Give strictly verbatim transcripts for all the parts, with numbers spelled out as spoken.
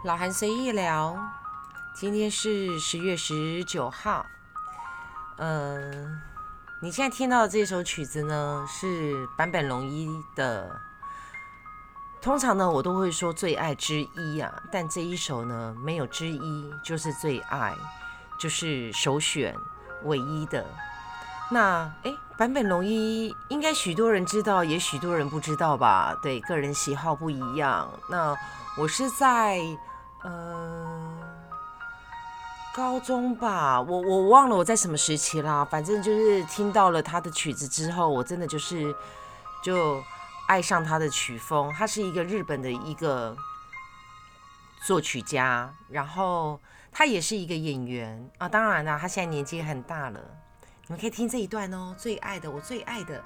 老韩随意聊，今天是十月十九号。嗯，你现在听到的这首曲子呢，是坂本龙一的。通常呢，我都会说最爱之一啊，但这一首呢，没有之一，就是最爱，就是首选唯一的。那哎，坂本龙一应该许多人知道，也许多人不知道吧？对，个人喜好不一样。那我是在呃高中吧，我我忘了我在什么时期啦。反正就是听到了他的曲子之后，我真的就是就爱上他的曲风。他是一个日本的一个作曲家，然后他也是一个演员啊。当然啦，他现在年纪很大了。你们可以听这一段哦，最爱的，我最爱的。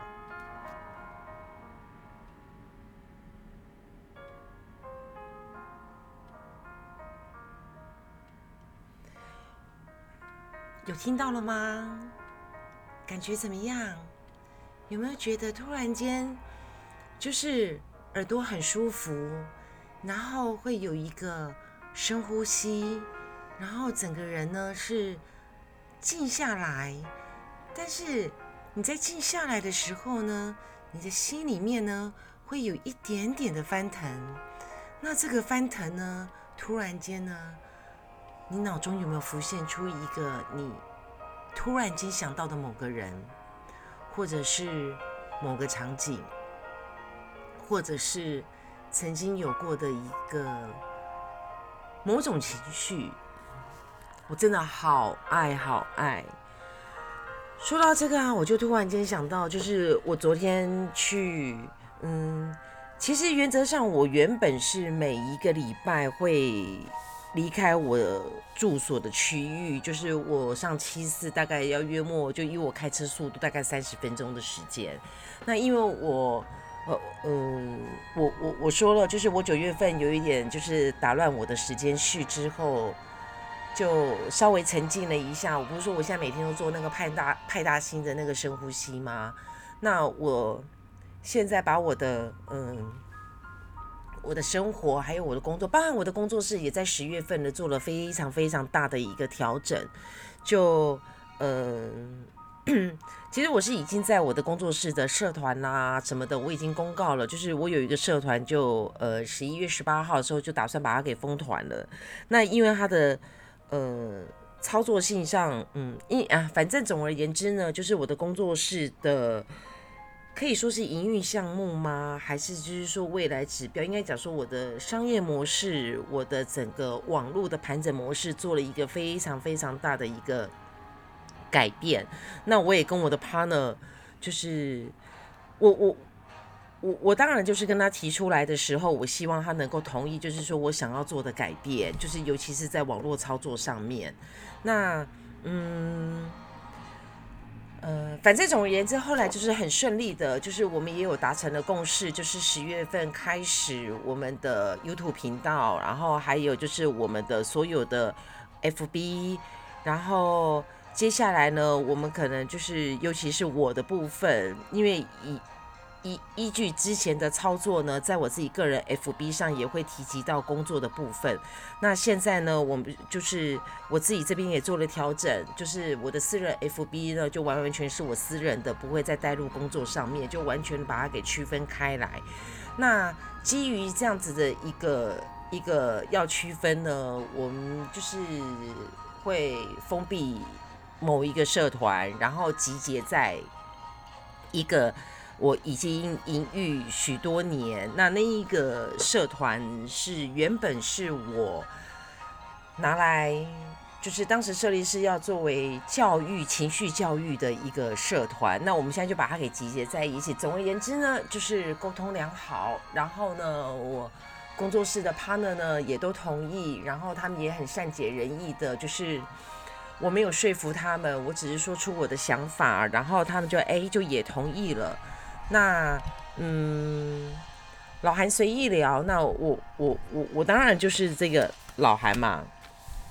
有听到了吗？感觉怎么样？有没有觉得突然间就是耳朵很舒服，然后会有一个深呼吸，然后整个人呢是静下来，但是你在静下来的时候呢，你的心里面呢会有一点点的翻腾。那这个翻腾呢，突然间呢，你脑中有没有浮现出一个你突然间想到的某个人，或者是某个场景，或者是曾经有过的一个某种情绪？我真的好爱好爱。说到这个啊，我就突然间想到，就是我昨天去，嗯，其实原则上我原本是每一个礼拜会离开我住所的区域，就是我上七四大概要约莫，就以我开车速度大概三十分钟的时间。那因为我，呃，嗯，我我我说了，就是我九月份有一点就是打乱我的时间序之后。就稍微沉静了一下，我不是说我现在每天都做那个派大派大星的那个深呼吸吗？那我现在把我的嗯我的生活还有我的工作，包含我的工作室也在十月份呢做了非常非常大的一个调整。就嗯，其实我是已经在我的工作室的社团啦什么的，我已经公告了，就是我有一个社团就呃十一月十八号的时候就打算把它给封团了。那因为它的呃，操作性上，嗯，因啊，反正总而言之呢，就是我的工作室的可以说是营运项目吗？还是就是说未来指标？应该讲说我的商业模式，我的整个网络的盘整模式做了一个非常非常大的一个改变。那我也跟我的 partner，就是我我我我当然就是跟他提出来的时候，我希望他能够同意，就是说我想要做的改变，就是尤其是在网络操作上面。那嗯呃，反正总而言之，后来就是很顺利的，就是我们也有达成了共识，就是十月份开始我们的 YouTube 频道，然后还有就是我们的所有的 F B， 然后接下来呢，我们可能就是尤其是我的部分，因为以依依据之前的操作呢，在我自己个人 F B 上也会提及到工作的部分。那现在呢，我们就是我自己这边也做了调整，就是我的私人 F B 呢，就完完全是我私人的，不会再带入工作上面，就完全把它给区分开来。那基于这样子的一个一个要区分呢，我们就是会封闭某一个社团，然后集结在一个我已经营运许多年，那那一个社团是原本是我拿来，就是当时设立是要作为教育、情绪教育的一个社团。那我们现在就把它给集结在一起。总而言之呢，就是沟通良好，然后呢，我工作室的 partner 呢也都同意，然后他们也很善解人意的，就是我没有说服他们，我只是说出我的想法，然后他们就哎就也同意了。那嗯，老韩随意聊，那我我我我当然就是这个老韩嘛。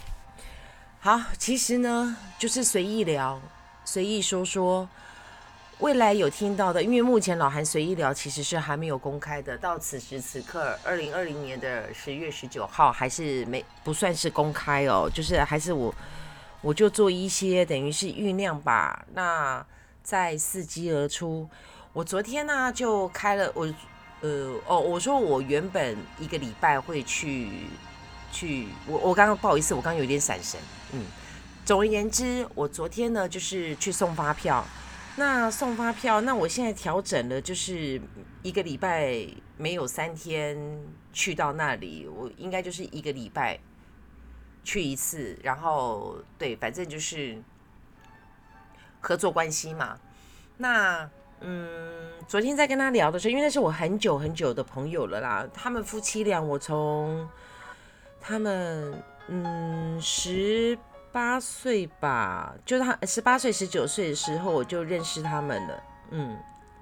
好，其实呢就是随意聊，随意说说。 未来有听到的，因为目前老韩随意聊其实是还没有公开的，到此时此刻，二零二零年的十月十九号还是没不算是公开哦，就是还是我我就做一些等于是酝酿吧，那再伺机而出。我昨天呢就开了我呃哦，我说我原本一个礼拜会去去，我我刚刚不好意思，我刚刚有点闪神，嗯，总而言之，我昨天呢就是去送发票。那送发票，那我现在调整了，就是一个礼拜没有三天去到那里，我应该就是一个礼拜去一次，然后对，反正就是合作关系嘛。那嗯，昨天在跟他聊的时候，因为那是我很久很久的朋友了啦，他们夫妻俩，我从他们嗯十。八岁吧，就他十八岁、十九岁的时候，我就认识他们了。嗯，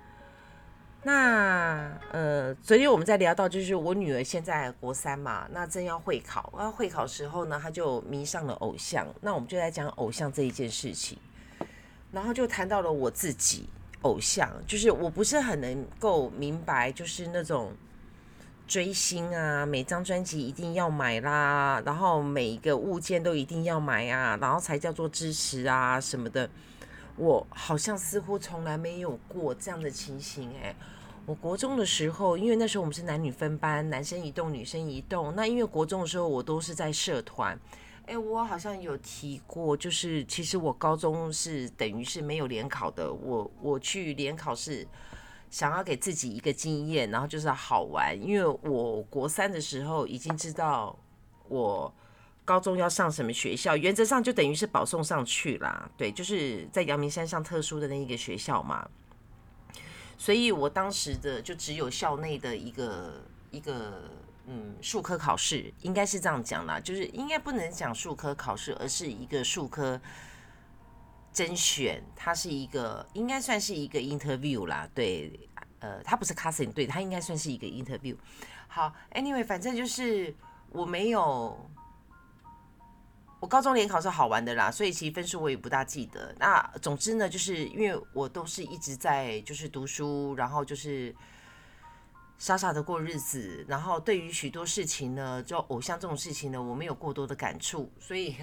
那呃，昨天我们在聊到，就是我女儿现在国三嘛，那正要会考，那会考时候呢，她就迷上了偶像。那我们就在讲偶像这一件事情，然后就谈到了我自己偶像，就是我不是很能够明白，就是那种。追星啊，每张专辑一定要买啦，然后每一个物件都一定要买啊，然后才叫做支持啊什么的。我好像似乎从来没有过这样的情形哎、欸。我国中的时候，因为那时候我们是男女分班，男生一栋，女生一栋。那因为国中的时候我都是在社团，哎，我好像有提过，就是其实我高中是等于是没有联考的，我我去联考是。想要给自己一个经验，然后就是好玩，因为我国三的时候已经知道我高中要上什么学校，原则上就等于是保送上去啦，对，就是在阳明山上特殊的那一个学校嘛，所以我当时的就只有校内的一个一个嗯术科考试，应该是这样讲啦，就是应该不能讲术科考试，而是一个术科。甄选，它是一个应该算是一个 interview 啦，对，呃，它不是 casting， 对，它应该算是一个 interview。好 ，anyway， 反正就是我没有，我高中联考是好玩的啦，所以其实分数我也不大记得。那总之呢，就是因为我都是一直在就是读书，然后就是傻傻的过日子，然后对于许多事情呢，就偶像这种事情呢，我没有过多的感触，所以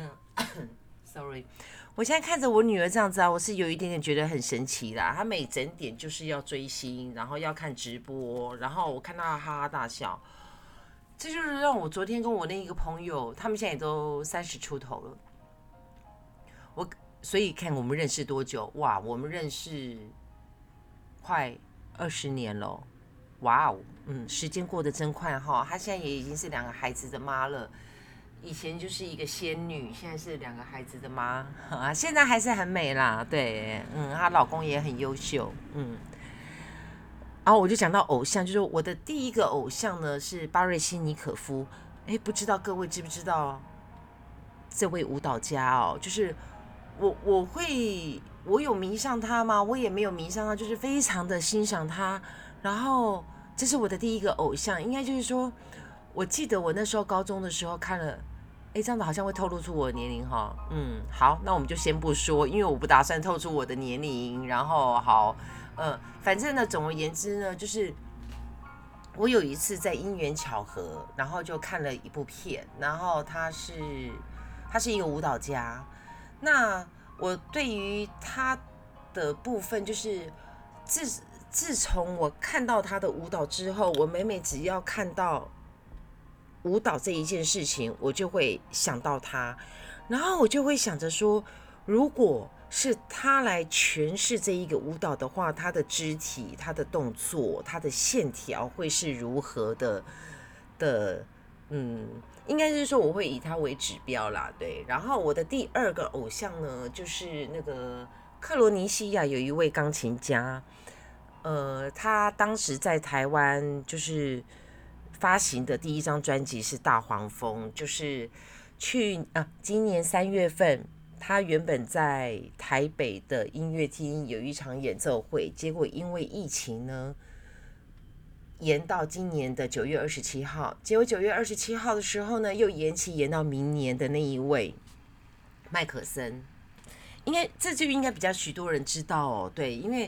，sorry。我现在看着我女儿这样子啊，我是有一点点觉得很神奇啦。她每整点就是要追星，然后要看直播，然后我看她哈哈大笑，这就是让我昨天跟我那一个朋友，他们现在也都三十出头了。我所以看我们认识多久？哇，我们认识快二十年了，哇哦，嗯，时间过得真快哈。她现在也已经是两个孩子的妈了。以前就是一个仙女，现在是两个孩子的妈，啊，现在还是很美啦，对，嗯，她老公也很优秀，嗯，然后我就讲到偶像，就是我的第一个偶像呢是巴瑞希尼可夫，哎，不知道各位知不知道这位舞蹈家哦，就是我我会我有迷上他吗？我也没有迷上他，就是非常的欣赏他，然后这是我的第一个偶像，应该就是说，我记得我那时候高中的时候看了。哎，这样子好像会透露出我的年龄哈。嗯，好，那我们就先不说，因为我不打算透出我的年龄。然后好，呃，反正呢，总而言之呢，就是我有一次在因缘巧合，然后就看了一部片，然后他是他是一个舞蹈家。那我对于他的部分，就是自自从我看到他的舞蹈之后，我每每只要看到。舞蹈这一件事情，我就会想到他，然后我就会想着说，如果是他来诠释这一个舞蹈的话，他的肢体、他的动作、他的线条会是如何的的，嗯，应该是说我会以他为指标啦，对。然后我的第二个偶像呢，就是那个克罗尼西亚有一位钢琴家，呃，他当时在台湾就是。发行的第一张专辑是《大黄蜂》，就是去啊，今年三月份，他原本在台北的音乐厅有一场演奏会，结果因为疫情呢，延到今年的九月二十七号。结果九月二十七号的时候呢，又延期延到明年的那一位麦可森，应该这就应该比较许多人知道哦，对，因为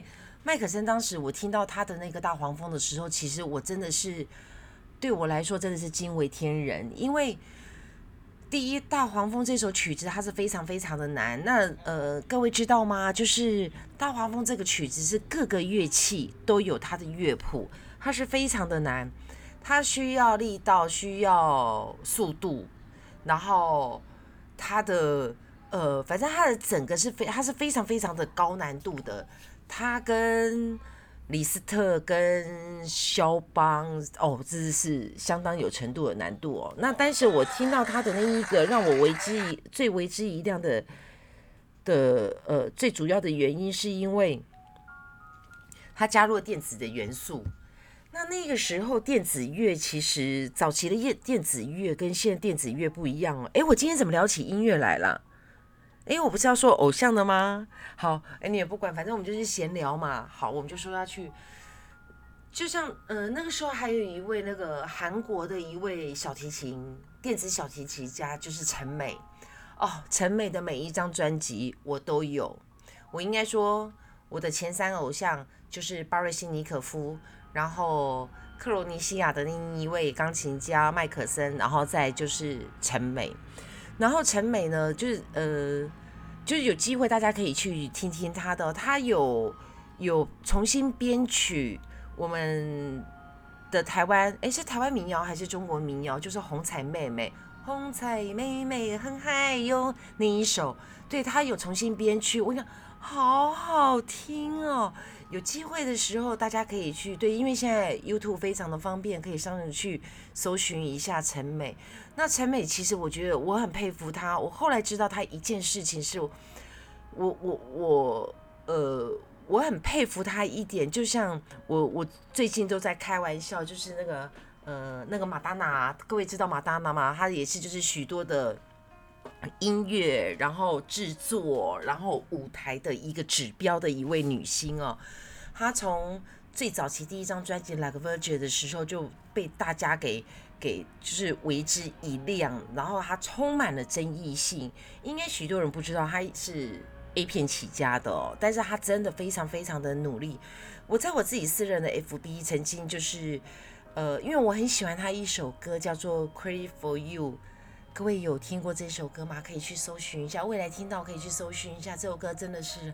麦可森当时我听到他的那个大黄蜂的时候，其实我真的是对我来说真的是惊为天人，因为第一大黄蜂这首曲子它是非常非常的难。那呃各位知道吗？就是大黄蜂这个曲子是各个乐器都有它的乐谱，它是非常的难，它需要力道，需要速度，然后它的呃，反正它的整个是非，它是非常非常的高难度的。它跟李斯特跟肖邦哦，这是相当有程度的难度哦。那但是我听到他的那一个让我为之最为之一亮的的呃最主要的原因，是因为他加入了电子的元素。那那个时候电子乐其实早期的电子乐跟现在电子乐不一样哦。哎，我今天怎么聊起音乐来了？哎，我不是要说偶像的吗？好，哎，你也不管，反正我们就是闲聊嘛。好，我们就说要去，就像呃那个时候还有一位那个韩国的一位小提琴电子小提琴家，就是陈美。哦，陈美的每一张专辑我都有。我应该说我的前三偶像就是巴瑞辛尼可夫，然后克罗尼西亚的另一位钢琴家麦可森，然后再就是陈美。然后陈美呢，就是呃，就是有机会大家可以去听听她的，她有有重新编曲我们的台湾，哎，是台湾民谣还是中国民谣？就是红彩妹妹，红彩妹妹很嗨哟那一首，对，她有重新编曲，我想好好听哦。有机会的时候，大家可以去对，因为现在 YouTube 非常的方便，可以上去搜寻一下陈美。那陈美其实我觉得我很佩服她，我后来知道她一件事情是我我我我呃我很佩服她一点，就像我我最近都在开玩笑，就是那个呃那个马丹娜，各位知道马丹娜吗？她也是就是许多的音乐，然后制作，然后舞台的一个指标的一位女星哦。她从最早期第一张专辑《Like a Virgin》的时候就被大家给给就是为之一亮，然后她充满了争议性。应该许多人不知道她是 A 片起家的哦，但是她真的非常非常的努力。我在我自己私人的 F B 曾经就是呃，因为我很喜欢她一首歌叫做《Crazy for You》。各位有听过这首歌吗？可以去搜寻一下，未来听到可以去搜寻一下，这首歌真的是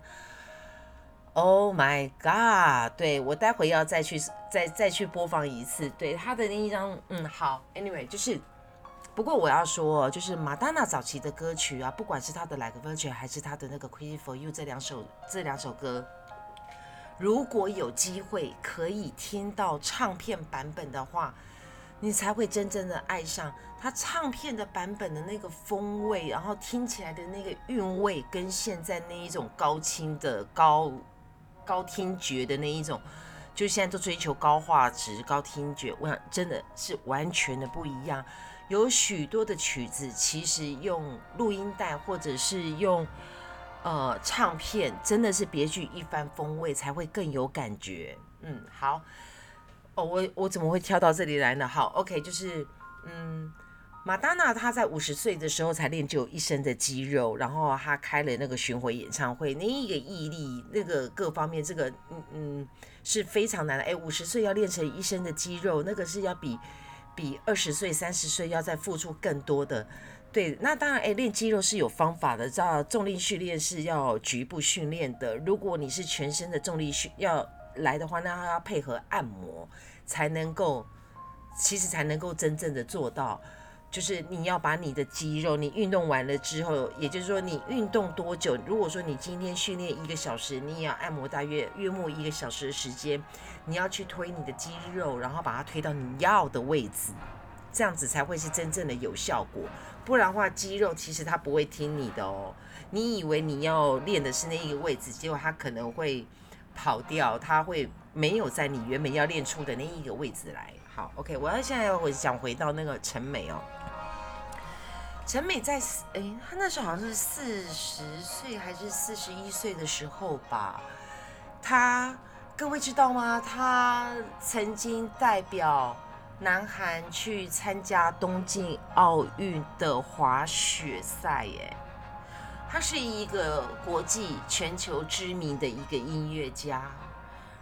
Oh my God！ 对，我待会要再去再再去播放一次。对，他的那一张，嗯，好 ，Anyway， 就是，不过我要说，就是马丹娜早期的歌曲啊，不管是他的《Like a Virgin》还是他的那个《Crazy for You》这两首这两首歌，如果有机会可以听到唱片版本的话，你才会真正的爱上他唱片的版本的那个风味，然后听起来的那个韵味，跟现在那一种高清的高高听觉的那一种，就现在都追求高画质、高听觉，我想真的是完全的不一样。有许多的曲子其实用录音带或者是用呃唱片，真的是别具一番风味，才会更有感觉。嗯，好。哦，我我怎么会跳到这里来呢？好 ，OK， 就是嗯，马丹娜她在五十岁的时候才练就一身的肌肉，然后她开了那个巡回演唱会，那一个毅力，那个各方面，这个嗯嗯是非常难的。哎，五十岁要练成一身的肌肉，那个是要比比二十岁、三十岁要再付出更多的。对，那当然，哎，练肌肉是有方法的，知道重力训练是要局部训练的。如果你是全身的重力训要来的话，那它要配合按摩才能够，其实才能够真正的做到，就是你要把你的肌肉，你运动完了之后，也就是说你运动多久，如果说你今天训练一个小时，你也要按摩大约约莫一个小时的时间，你要去推你的肌肉，然后把它推到你要的位置，这样子才会是真正的有效果。不然的话，肌肉其实它不会听你的哦，你以为你要练的是那一个位置，结果它可能会跑掉，它会没有在你原本要练出的那一个位置来。好 ，OK， 我要现在要想回到那个陈美哦，陈美在哎，她那时候好像是四十岁还是四十一岁的时候吧，她各位知道吗？她曾经代表南韩去参加东京奥运的滑雪赛耶。他是一个国际全球知名的一个音乐家，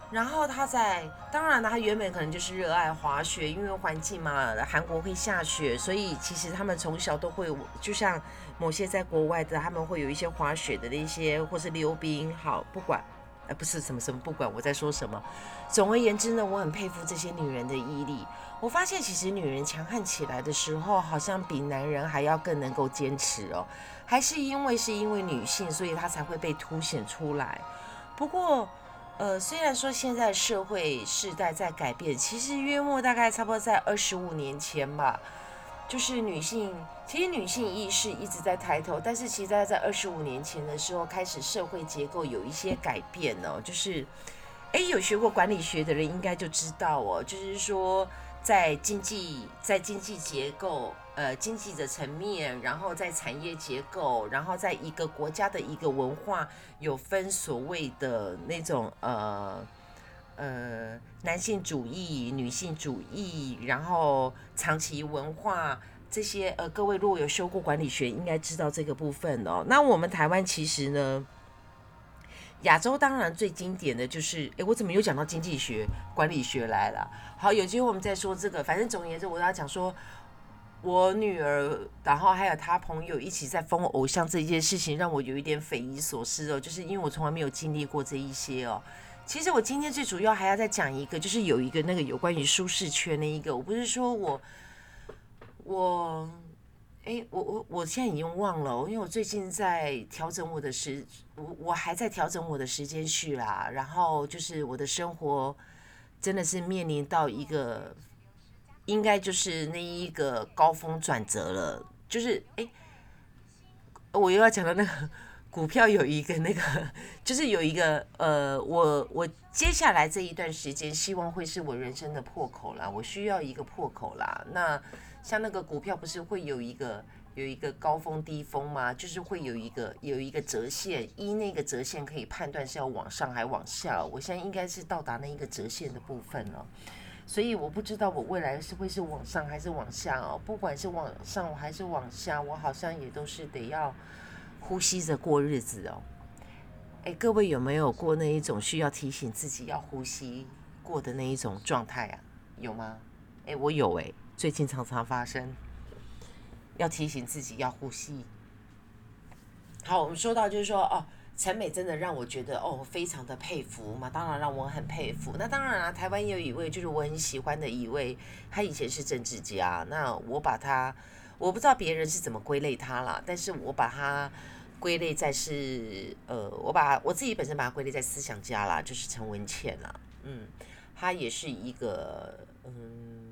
然后他在，当然了，他原本可能就是热爱滑雪，因为环境嘛，韩国会下雪，所以其实他们从小都会，就像某些在国外的，他们会有一些滑雪的那些，或是溜冰，好，不管，呃，不是什么什么，不管我在说什么。总而言之呢，我很佩服这些女人的毅力。我发现其实女人强悍起来的时候，好像比男人还要更能够坚持哦，还是因为是因为女性，所以她才会被凸显出来。不过。呃，虽然说现在社会世代在改变，其实约莫大概差不多在二十五年前吧，就是女性，其实女性意识一直在抬头，但是其实在在二十五年前的时候，开始社会结构有一些改变哦，就是，哎，有学过管理学的人应该就知道哦，就是说在经济在经济结构。呃，经济的层面，然后在产业结构，然后在一个国家的一个文化，有分所谓的那种呃呃男性主义、女性主义，然后长期文化这些呃，各位如果有修过管理学，应该知道这个部分哦。那我们台湾其实呢，亚洲当然最经典的就是，哎，我怎么又讲到经济学、管理学来了？好，有机会我们再说这个。反正总而言之，我要讲说。我女儿，然后还有她朋友一起在封偶像这件事情，让我有一点匪夷所思哦。就是因为我从来没有经历过这一些哦。其实我今天最主要还要再讲一个，就是有一个那个有关于舒适圈的一个。我不是说我我哎，我我我现在已经忘了，因为我最近在调整我的时，我我还在调整我的时间序啦。然后就是我的生活真的是面临到一个。应该就是那一个高峰转折了，就是哎，我又要讲到那个股票有一个那个，就是有一个呃，我我接下来这一段时间希望会是我人生的破口啦，我需要一个破口啦。那像那个股票不是会有一个有一个高峰低峰吗？就是会有一个有一个折线，依那个折线可以判断是要往上还往下。我现在应该是到达那一个折线的部分了。所以我不知道我未来是会是往上还是往下哦。不管是往上还是往下，我好像也都是得要呼吸着过日子哦。哎，各位有没有过那一种需要提醒自己要呼吸过的那一种状态啊？有吗？哎，我有哎，最近常常发生，要提醒自己要呼吸。好，我们说到就是说哦。陈美真的让我觉得哦，非常的佩服嘛，当然让我很佩服。那当然啊，台湾也有一位就是我很喜欢的一位，他以前是政治家，那我把他，我不知道别人是怎么归类他啦，但是我把他归类在是呃，我把我自己本身把他归类在思想家啦，就是陈文茜啦，嗯，他也是一个嗯，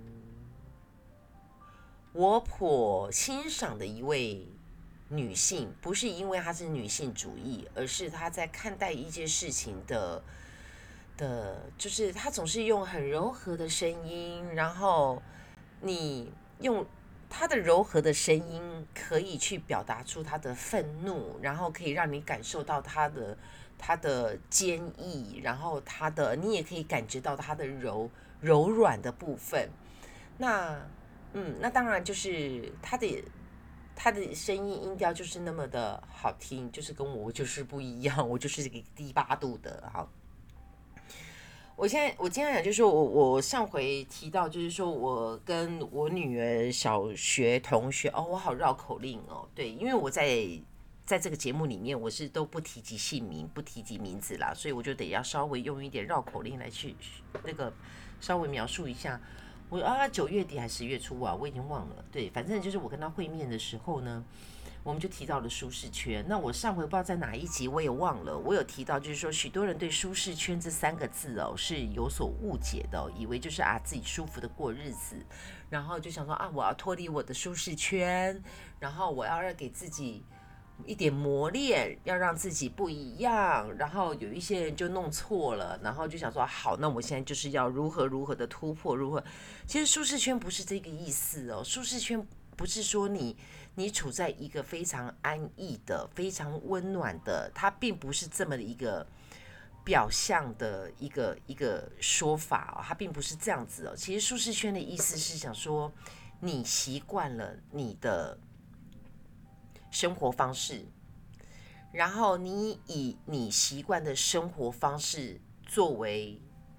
我颇欣赏的一位。女性不是因为她是女性主义，而是她在看待一件事情的的，就是她总是用很柔和的声音，然后你用她的柔和的声音可以去表达出她的愤怒，然后可以让你感受到她的她的坚毅，然后她的你也可以感觉到她的柔柔软的部分。那嗯，那当然就是她的。他的声音音调就是那么的好听，就是跟我就是不一样，我就是一个低八度的。好，我现在我今天讲就是说我我上回提到就是说我跟我女儿小学同学哦，我好绕口令哦，对，因为我在在这个节目里面我是都不提及姓名，不提及名字啦，所以我就得要稍微用一点绕口令来去那个稍微描述一下。我啊，九月底还是十月初啊，我已经忘了。对，反正就是我跟他会面的时候呢，我们就提到了舒适圈。那我上回不知道在哪一集，我也忘了。我有提到，就是说许多人对舒适圈这三个字哦是有所误解的、哦，以为就是啊自己舒服的过日子，然后就想说啊我要脱离我的舒适圈，然后我要让给自己。一点磨练，要让自己不一样，然后有一些人就弄错了，然后就想说好，那我现在就是要如何如何的突破，如何？其实舒适圈不是这个意思哦，舒适圈不是说你你处在一个非常安逸的、非常温暖的，它并不是这么的一个表象的一个一个说法哦，它并不是这样子哦。其实舒适圈的意思是想说，你习惯了你的。生活方式，然后你以你习惯的生活方式作为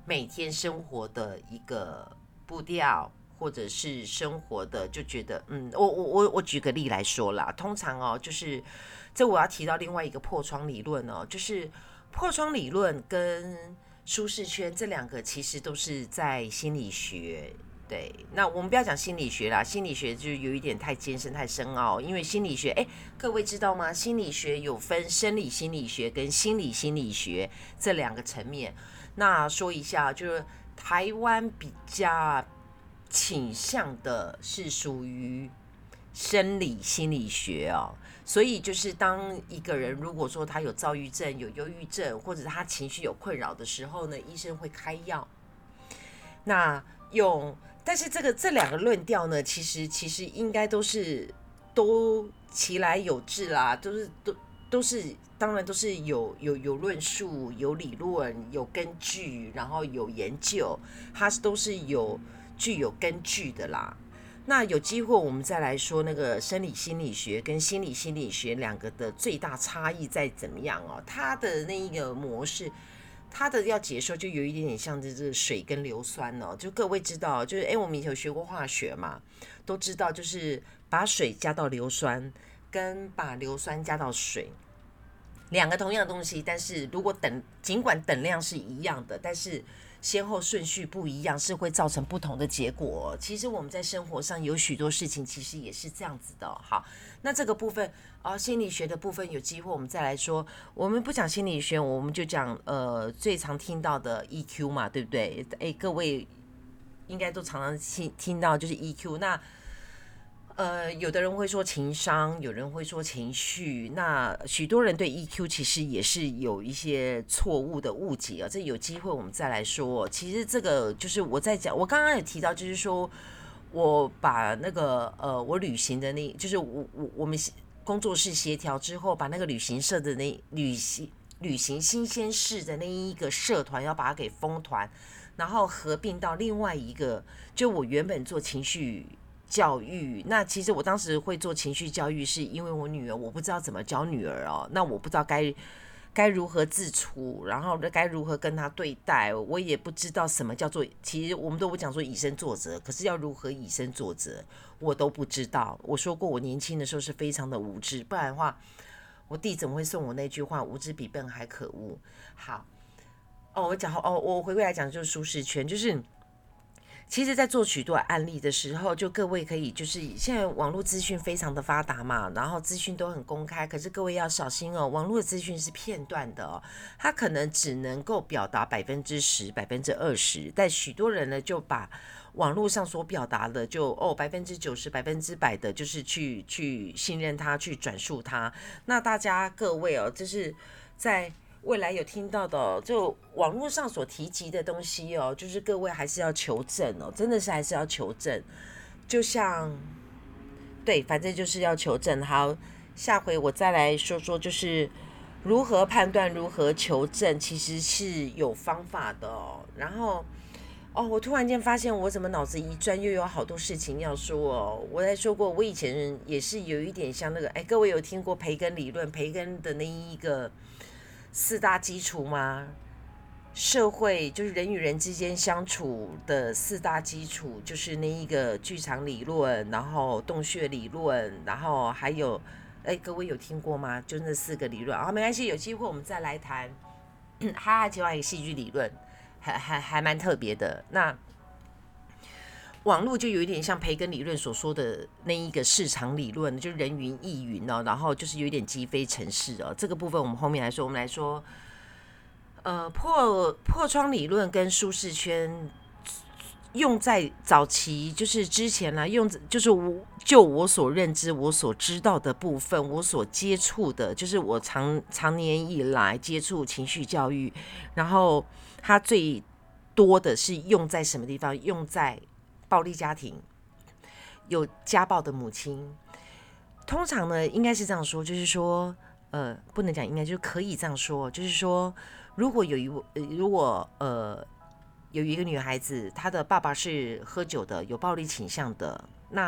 每天生活的一个步调，或者是生活的就觉得，嗯，我我我我举个例来说啦，通常哦，就是这我要提到另外一个破窗理论哦，就是破窗理论跟舒适圈这两个其实都是在心理学。对，那我们不要讲心理学啦，心理学就有一点太艰深、太深奥。因为心理学，哎，各位知道吗？心理学有分生理心理学跟心理心理学这两个层面。那说一下，就是台湾比较倾向的是属于生理心理学哦，所以就是当一个人如果说他有躁郁症、有忧郁症，或者他情绪有困扰的时候呢，医生会开药。那用，但是这个这两个论调呢，其实其实应该都是都其来有致啦，都是都都是当然都是有有有论述、有理论、有根据，然后有研究，它都是有具有根据的啦。那有机会我们再来说那个生理心理学跟心理心理学两个的最大差异在怎么样哦？它的那一个模式。它的要解说就有一点点像这个水跟硫酸哦，就各位知道，就是哎，我们以前有学过化学嘛，都知道就是把水加到硫酸，跟把硫酸加到水，两个同样的东西，但是如果等尽管等量是一样的，但是先后顺序不一样，是会造成不同的结果。其实我们在生活上有许多事情，其实也是这样子的。好，那这个部分啊、呃，心理学的部分有机会我们再来说。我们不讲心理学，我们就讲呃最常听到的 E Q 嘛，对不对？哎，各位应该都常常听听到就是 E Q。那呃，有的人会说情商，有人会说情绪，那许多人对 E Q 其实也是有一些错误的误解啊。这有机会我们再来说。其实这个就是我在讲，我刚刚也提到，就是说我把那个呃，我旅行的那，就是我我我们工作室协调之后，把那个旅行社的那旅行旅行新鲜事的那一个社团要把它给封团，然后合并到另外一个，就我原本做情绪教育。那其实我当时会做情绪教育，是因为我女儿，我不知道怎么教女儿哦，那我不知道该该如何自处，然后该如何跟她对待，我也不知道什么叫做，其实我们都不讲说以身作则，可是要如何以身作则，我都不知道。我说过，我年轻的时候是非常的无知，不然的话，我弟怎么会送我那句话“无知比笨还可恶”？好，哦，我讲哦，我回归来讲就是舒适圈，就是。其实，在做许多案例的时候，就各位可以，就是现在网络资讯非常的发达嘛，然后资讯都很公开，可是各位要小心哦，网络的资讯是片段的哦，它可能只能够表达百分之十、百分之二十，但许多人呢就把网络上所表达的就哦百分之九十、百分之百的，就是去去信任它，去转述它。那大家各位哦，就是在。未来有听到的、哦，就网络上所提及的东西哦，就是各位还是要求证哦，真的是还是要求证。就像，对，反正就是要求证。好，下回我再来说说，就是如何判断、如何求证，其实是有方法的哦。然后，哦，我突然间发现，我怎么脑子一转，又有好多事情要说哦。我在说过，我以前也是有一点像那个，哎，各位有听过培根理论？培根的那一个。四大基础吗？社会就是人与人之间相处的四大基础，就是那一个剧场理论，然后洞穴理论，然后还有，哎，各位有听过吗？就那四个理论啊，没关系，有机会我们再来谈。哈哈，另外一个戏剧理论，还还还蛮特别的。那网络就有一点像培根理论所说的那一个市场理论，就人云亦云哦，然后就是有一点积非成是哦。这个部分我们后面来说，我们来说，呃，破破窗理论跟舒适圈用在早期，就是之前呢、啊，用就是我就我所认知、我所知道的部分，我所接触的，就是我长长年以来接触情绪教育，然后它最多的是用在什么地方？用在暴力家庭，有家暴的母亲，通常呢应该是这样说，就是说，呃，不能讲应该，就是可以这样说，就是说，如果有一，呃、如果呃有一个女孩子，她的爸爸是喝酒的，有暴力倾向的，那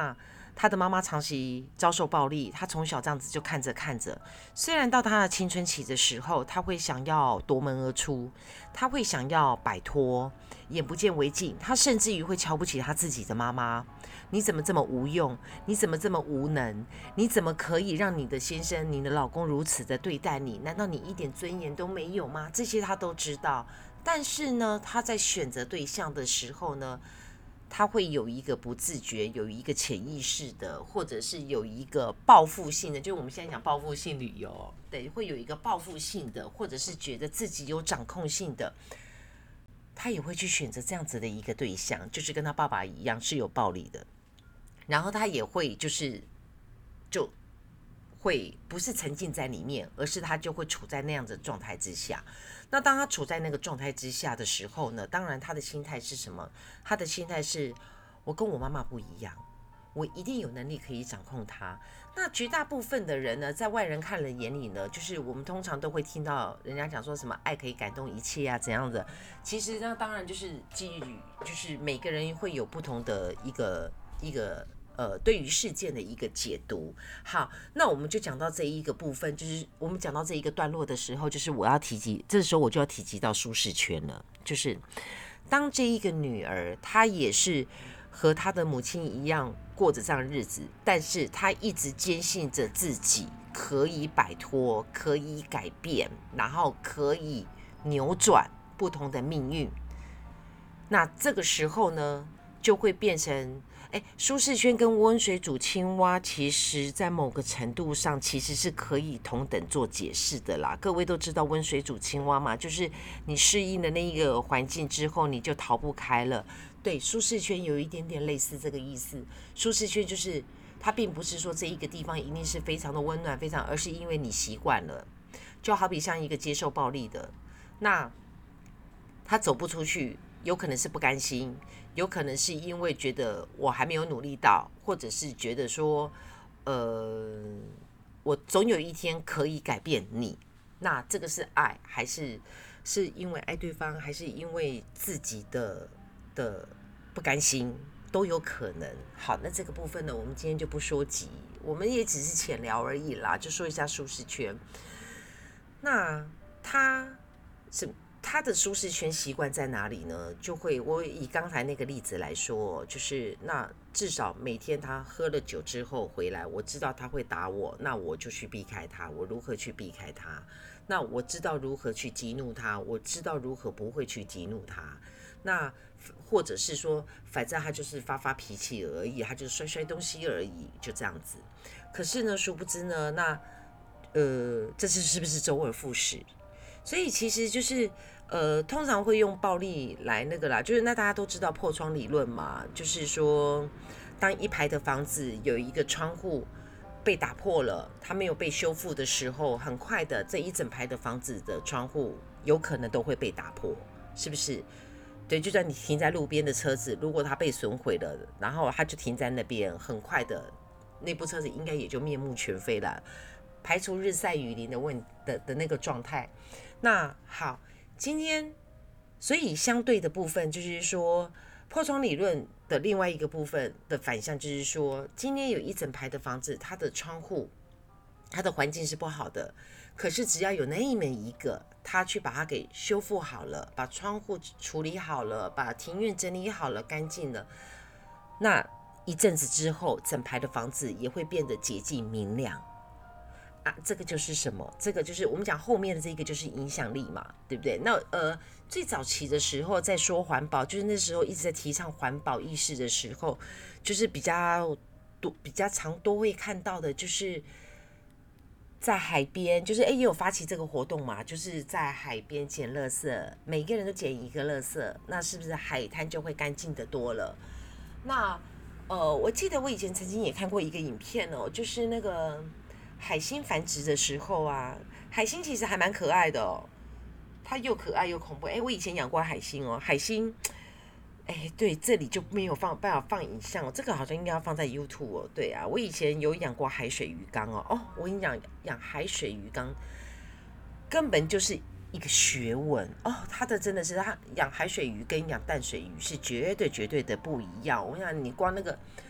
他的妈妈长期遭受暴力，他从小这样子就看着看着，虽然到他的青春期的时候，他会想要夺门而出，他会想要摆脱，眼不见为净，他甚至于会瞧不起他自己的妈妈。你怎么这么无用？你怎么这么无能？你怎么可以让你的先生、你的老公如此的对待你？难道你一点尊严都没有吗？这些他都知道，但是呢，他在选择对象的时候呢，他会有一个不自觉，有一个潜意识的，或者是有一个报复性的，就是我们现在讲报复性旅游，对，会有一个报复性的，或者是觉得自己有掌控性的，他也会去选择这样子的一个对象，就是跟他爸爸一样是有暴力的，然后他也会就是就会不是沉浸在里面，而是他就会处在那样的状态之下。那当他处在那个状态之下的时候呢，当然他的心态是什么？他的心态是我跟我妈妈不一样，我一定有能力可以掌控他。那绝大部分的人呢，在外人看人眼里呢，就是我们通常都会听到人家讲说什么爱可以感动一切啊怎样的。其实那当然就是基于就是每个人会有不同的一个一个呃，对于事件的一个解读。好，那我们就讲到这一个部分，就是我们讲到这一个段落的时候，就是我要提及，这时候我就要提及到舒适圈了。就是当这一个女儿，她也是和她的母亲一样过着这样的日子，但是她一直坚信着自己可以摆脱，可以改变，然后可以扭转不同的命运。那这个时候呢，就会变成。哎，舒适圈跟温水煮青蛙，其实在某个程度上其实是可以同等做解释的啦。各位都知道温水煮青蛙嘛，就是你适应了那一个环境之后，你就逃不开了。对，舒适圈有一点点类似这个意思。舒适圈就是它并不是说这一个地方一定是非常的温暖，非常，而是因为你习惯了。就好比像一个接受暴力的，那他走不出去，有可能是不甘心。有可能是因为觉得我还没有努力到，或者是觉得说，呃，我总有一天可以改变你。那这个是爱，还是是因为爱对方，还是因为自己的的不甘心，都有可能。好，那这个部分呢，我们今天就不说及，我们也只是浅聊而已啦，就说一下舒适圈。那他是。他的舒适圈习惯在哪里呢？就会我以刚才那个例子来说，就是那至少每天他喝了酒之后回来，我知道他会打我，那我就去避开他。我如何去避开他？那我知道如何去激怒他，我知道如何不会去激怒他。那或者是说，反正他就是发发脾气而已，他就是摔摔东西而已，就这样子。可是呢，殊不知呢，那呃，这次是不是周而复始？所以其实就是，呃，通常会用暴力来那个啦，就是那大家都知道破窗理论嘛，就是说，当一排的房子有一个窗户被打破了，它没有被修复的时候，很快的这一整排的房子的窗户有可能都会被打破，是不是？对，就算你停在路边的车子，如果它被损毁了，然后它就停在那边，很快的那部车子应该也就面目全非了，排除日晒雨淋的问的的那个状态。那好，今天所以相对的部分就是说，破窗理论的另外一个部分的反向就是说，今天有一整排的房子，它的窗户、它的环境是不好的，可是只要有那么一个，他去把它给修复好了，把窗户处理好了，把庭院整理好了，干净了，那一阵子之后，整排的房子也会变得洁净明亮。啊，这个就是什么？这个就是我们讲后面的这个就是影响力嘛，对不对？那呃，最早期的时候在说环保，就是那时候一直在提倡环保意识的时候，就是比较多、比较常多会看到的，就是在海边，就是哎也有发起这个活动嘛，就是在海边捡垃圾，每个人都捡一个垃圾，那是不是海滩就会干净的多了？那呃，我记得我以前曾经也看过一个影片哦，就是那个。海星繁殖的时候啊，海星其实还蛮可爱的哦，它又可爱又恐怖。哎，我以前养过海星哦，海星，哎，对，这里就没有放办法放影像哦，这个好像应该要放在 YouTube 哦。对啊，我以前有养过海水鱼缸哦，哦，我跟你讲，养海水鱼缸根本就是一个学问哦，它的真的是它养海水鱼跟养淡水鱼是绝对绝对的不一样。我想你光那个。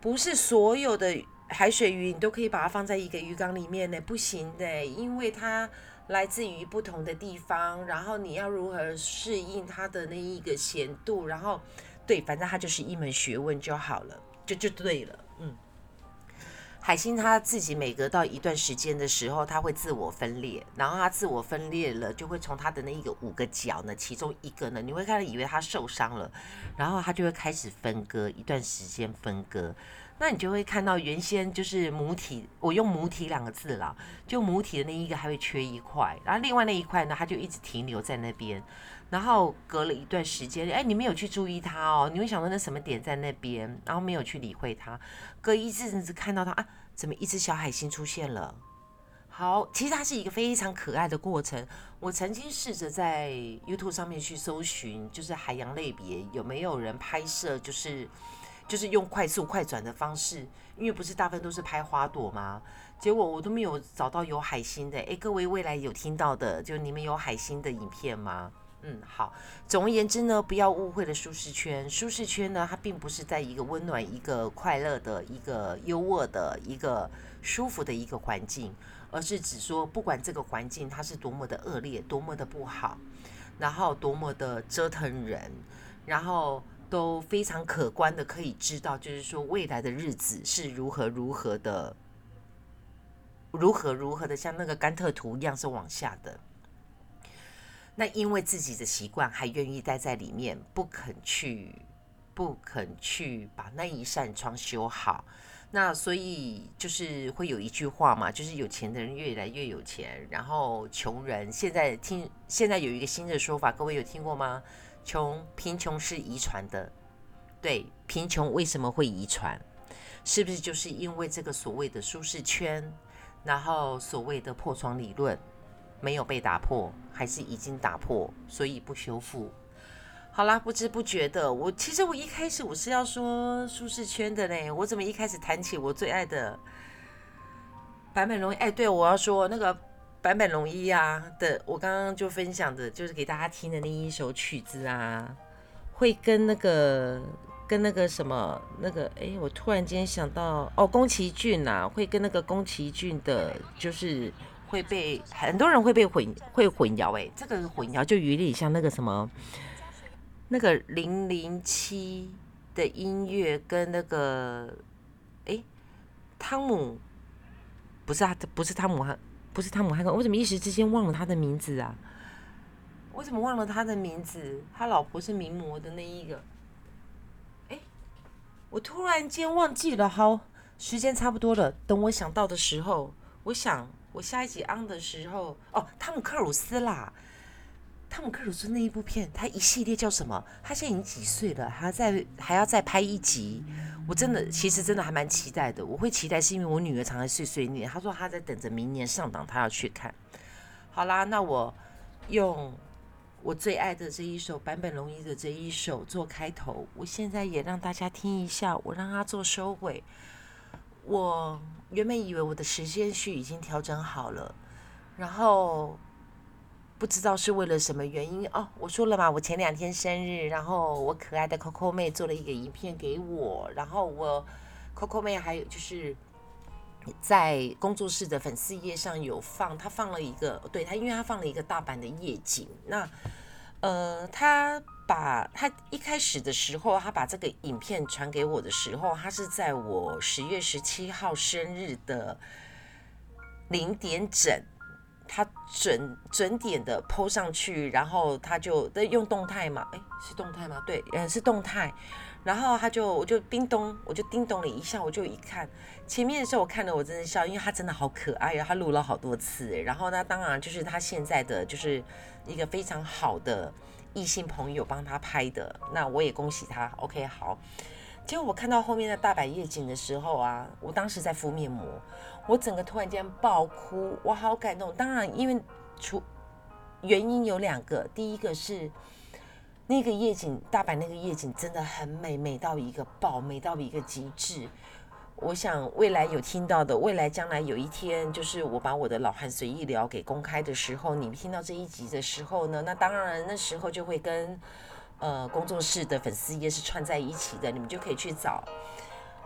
不是所有的海水鱼你都可以把它放在一个鱼缸里面的，不行的，因为它来自于不同的地方，然后你要如何适应它的那一个咸度，然后对，反正它就是一门学问就好了，就就对了，嗯。海星它自己每隔到一段时间的时候，它会自我分裂，然后它自我分裂了，就会从它的那一个五个角呢，其中一个呢，你会看到以为它受伤了，然后它就会开始分割，一段时间分割，那你就会看到原先就是母体，我用母体两个字啦，就母体的那一个还会缺一块，然后另外那一块呢，它就一直停留在那边。然后隔了一段时间，哎，你没有去注意它哦，你会想到那什么点在那边，然后没有去理会它。隔一阵子看到它啊，怎么一只小海星出现了？好，其实它是一个非常可爱的过程。我曾经试着在 YouTube 上面去搜寻，就是海洋类别有没有人拍摄，就是就是用快速快转的方式，因为不是大部分都是拍花朵吗？结果我都没有找到有海星的。哎，各位未来有听到的，就你们有海星的影片吗？嗯，好。总而言之呢，不要误会了舒适圈。舒适圈呢，它并不是在一个温暖、一个快乐的、一个优渥的、一个舒服的一个环境，而是指说，不管这个环境它是多么的恶劣、多么的不好，然后多么的折腾人，然后都非常可观的可以知道，就是说未来的日子是如何如何的，如何如何的，像那个甘特图一样是往下的。那因为自己的习惯，还愿意待在里面，不肯去，不肯去把那一扇窗修好。那所以就是会有一句话嘛，就是有钱的人越来越有钱，然后穷人现在听现在有一个新的说法，各位有听过吗？穷贫穷是遗传的，对，贫穷为什么会遗传？是不是就是因为这个所谓的舒适圈，然后所谓的破窗理论？没有被打破，还是已经打破，所以不修复。好啦，不知不觉的，我其实我一开始我是要说舒适圈的嘞，我怎么一开始谈起我最爱的坂本龙一？哎，对，我要说那个坂本龙一啊的，我刚刚就分享的就是给大家听的那一首曲子啊，会跟那个跟那个什么那个，哎，我突然间想到哦，宫崎骏啊，会跟那个宫崎骏的，就是。会被很多人会被混会混淆哎，这个混淆就有点像那个什么那个零零七的音乐跟那个哎汤姆不是他不是汤姆汉不是汤姆汉克，我怎么一时之间忘了他的名字啊？我怎么忘了他的名字？他老婆是名模的那一个，哎，我突然间忘记了。好，时间差不多了，等我想到的时候，我想。我下一集 on 的时候，哦，汤姆克鲁斯啦，汤姆克鲁斯那一部片，他一系列叫什么？他现在已经几岁了？还要再还要再拍一集？我真的，其实真的还蛮期待的。我会期待是因为我女儿常常碎碎念，她说她在等着明年上档，她要去看。好啦，那我用我最爱的这一首坂本龙一的这一首做开头，我现在也让大家听一下，我让他做收尾。我原本以为我的时间序已经调整好了，然后不知道是为了什么原因哦。我说了嘛，我前两天生日，然后我可爱的 Coco 妹做了一个影片给我，然后我 Coco 妹还有就是在工作室的粉丝页上有放，她放了一个，对她，因为她放了一个大阪的夜景，那呃，她。把他一开始的时候，他把这个影片传给我的时候，他是在我十月十七号生日的零点整，他准准点的 po 上去，然后他就用动态嘛，哎，是动态吗？对，嗯，是动态。然后他就我就叮咚，我就叮咚了一下，我就一看前面的时候，我看了我真的笑，因为他真的好可爱啊，他录了好多次。然后呢，当然就是他现在的就是一个非常好的。异性朋友帮他拍的，那我也恭喜他。OK， 好。结果我看到后面的大阪夜景的时候啊，我当时在敷面膜，我整个突然间爆哭，我好感动。当然，因为除原因有两个，第一个是那个夜景，大阪那个夜景真的很美，美到一个爆，美到一个极致。我想未来有听到的，未来将来有一天，就是我把我的老汉随意聊给公开的时候，你们听到这一集的时候呢，那当然那时候就会跟呃工作室的粉丝页是串在一起的，你们就可以去找。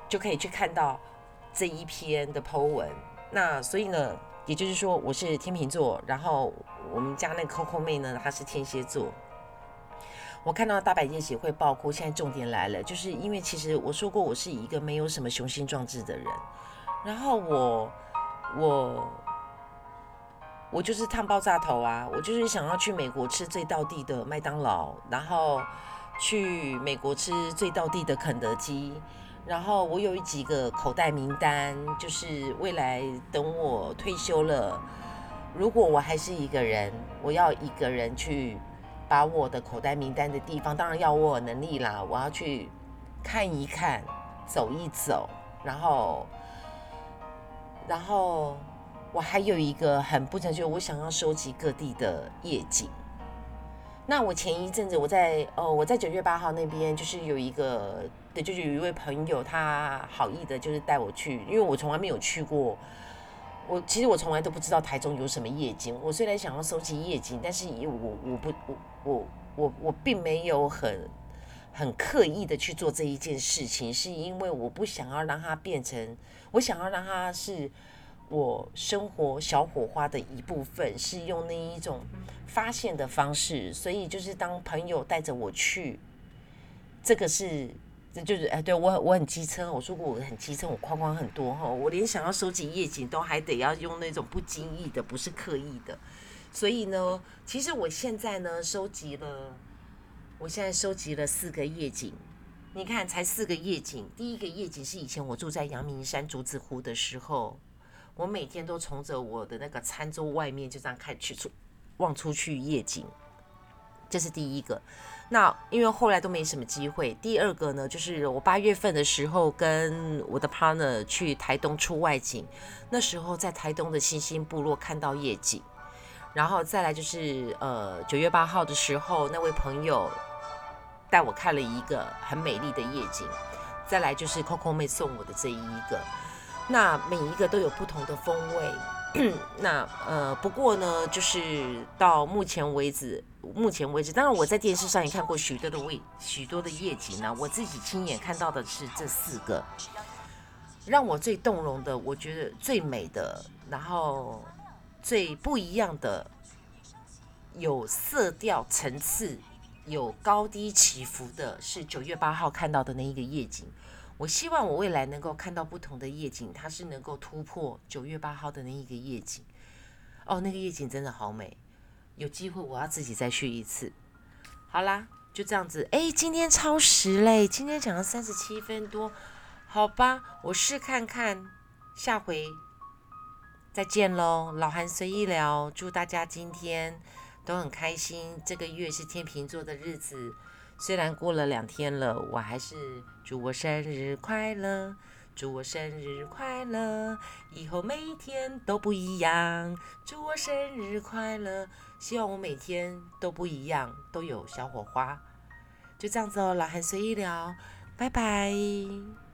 就可以去看到这一篇的 po 文。那所以呢，也就是说我是天秤座，然后我们家那个 Coco 妹呢，她是天蝎座。我看到大百叶协会爆哭，现在重点来了，就是因为其实我说过，我是一个没有什么雄心壮志的人，然后我我我就是烫爆炸头啊，我就是想要去美国吃最道地的麦当劳，然后去美国吃最道地的肯德基，然后我有几个口袋名单，就是未来等我退休了，如果我还是一个人，我要一个人去把我的口袋名单的地方，当然要我有能力啦，我要去看一看，走一走，然后，然后我还有一个很不成就，我想要收集各地的夜景。那我前一阵子我在呃我在九月八号那边，就是有一个对，就是有一位朋友，他好意的就是带我去，因为我从来没有去过。我其实我从来都不知道台中有什么夜景。我虽然想要收集夜景，但是我我不我我我我并没有很很刻意的去做这一件事情，是因为我不想要让它变成，我想要让它是我生活小火花的一部分，是用那一种发现的方式。所以就是当朋友带着我去，这个是。这就是哎，对我我很机车，我说过我很机车，我框框很多哈，我连想要收集夜景都还得要用那种不经意的，不是刻意的。所以呢，其实我现在呢收集了，我现在收集了四个夜景。你看，才四个夜景。第一个夜景是以前我住在阳明山竹子湖的时候，我每天都从着我的那个餐桌外面就这样看去出望出去夜景，这是第一个。那因为后来都没什么机会。第二个呢，就是我八月份的时候跟我的 partner 去台东出外景，那时候在台东的星星部落看到夜景。然后再来就是呃九月八号的时候，那位朋友带我看了一个很美丽的夜景。再来就是 Coco 妹送我的这一个，那每一个都有不同的风味。那呃，不过呢，就是到目前为止，目前为止，当然我在电视上也看过许多的位许多的夜景呢，我自己亲眼看到的是这四个，让我最动容的，我觉得最美的，然后最不一样的，有色调层次，有高低起伏的，是九月八号看到的那一个夜景。我希望我未来能够看到不同的夜景，它是能够突破九月八号的那一个夜景。哦，那个夜景真的好美，有机会我要自己再去一次。好啦，就这样子。哎，今天超时嘞，今天讲了三十七分多，好吧，我试看看，下回再见喽。老韩随意聊，祝大家今天都很开心。这个月是天秤座的日子。虽然过了两天了，我还是祝我生日快乐，祝我生日快乐，以后每天都不一样，祝我生日快乐，希望我每天都不一样，都有小火花。就这样子哦，老韩随意聊，拜拜。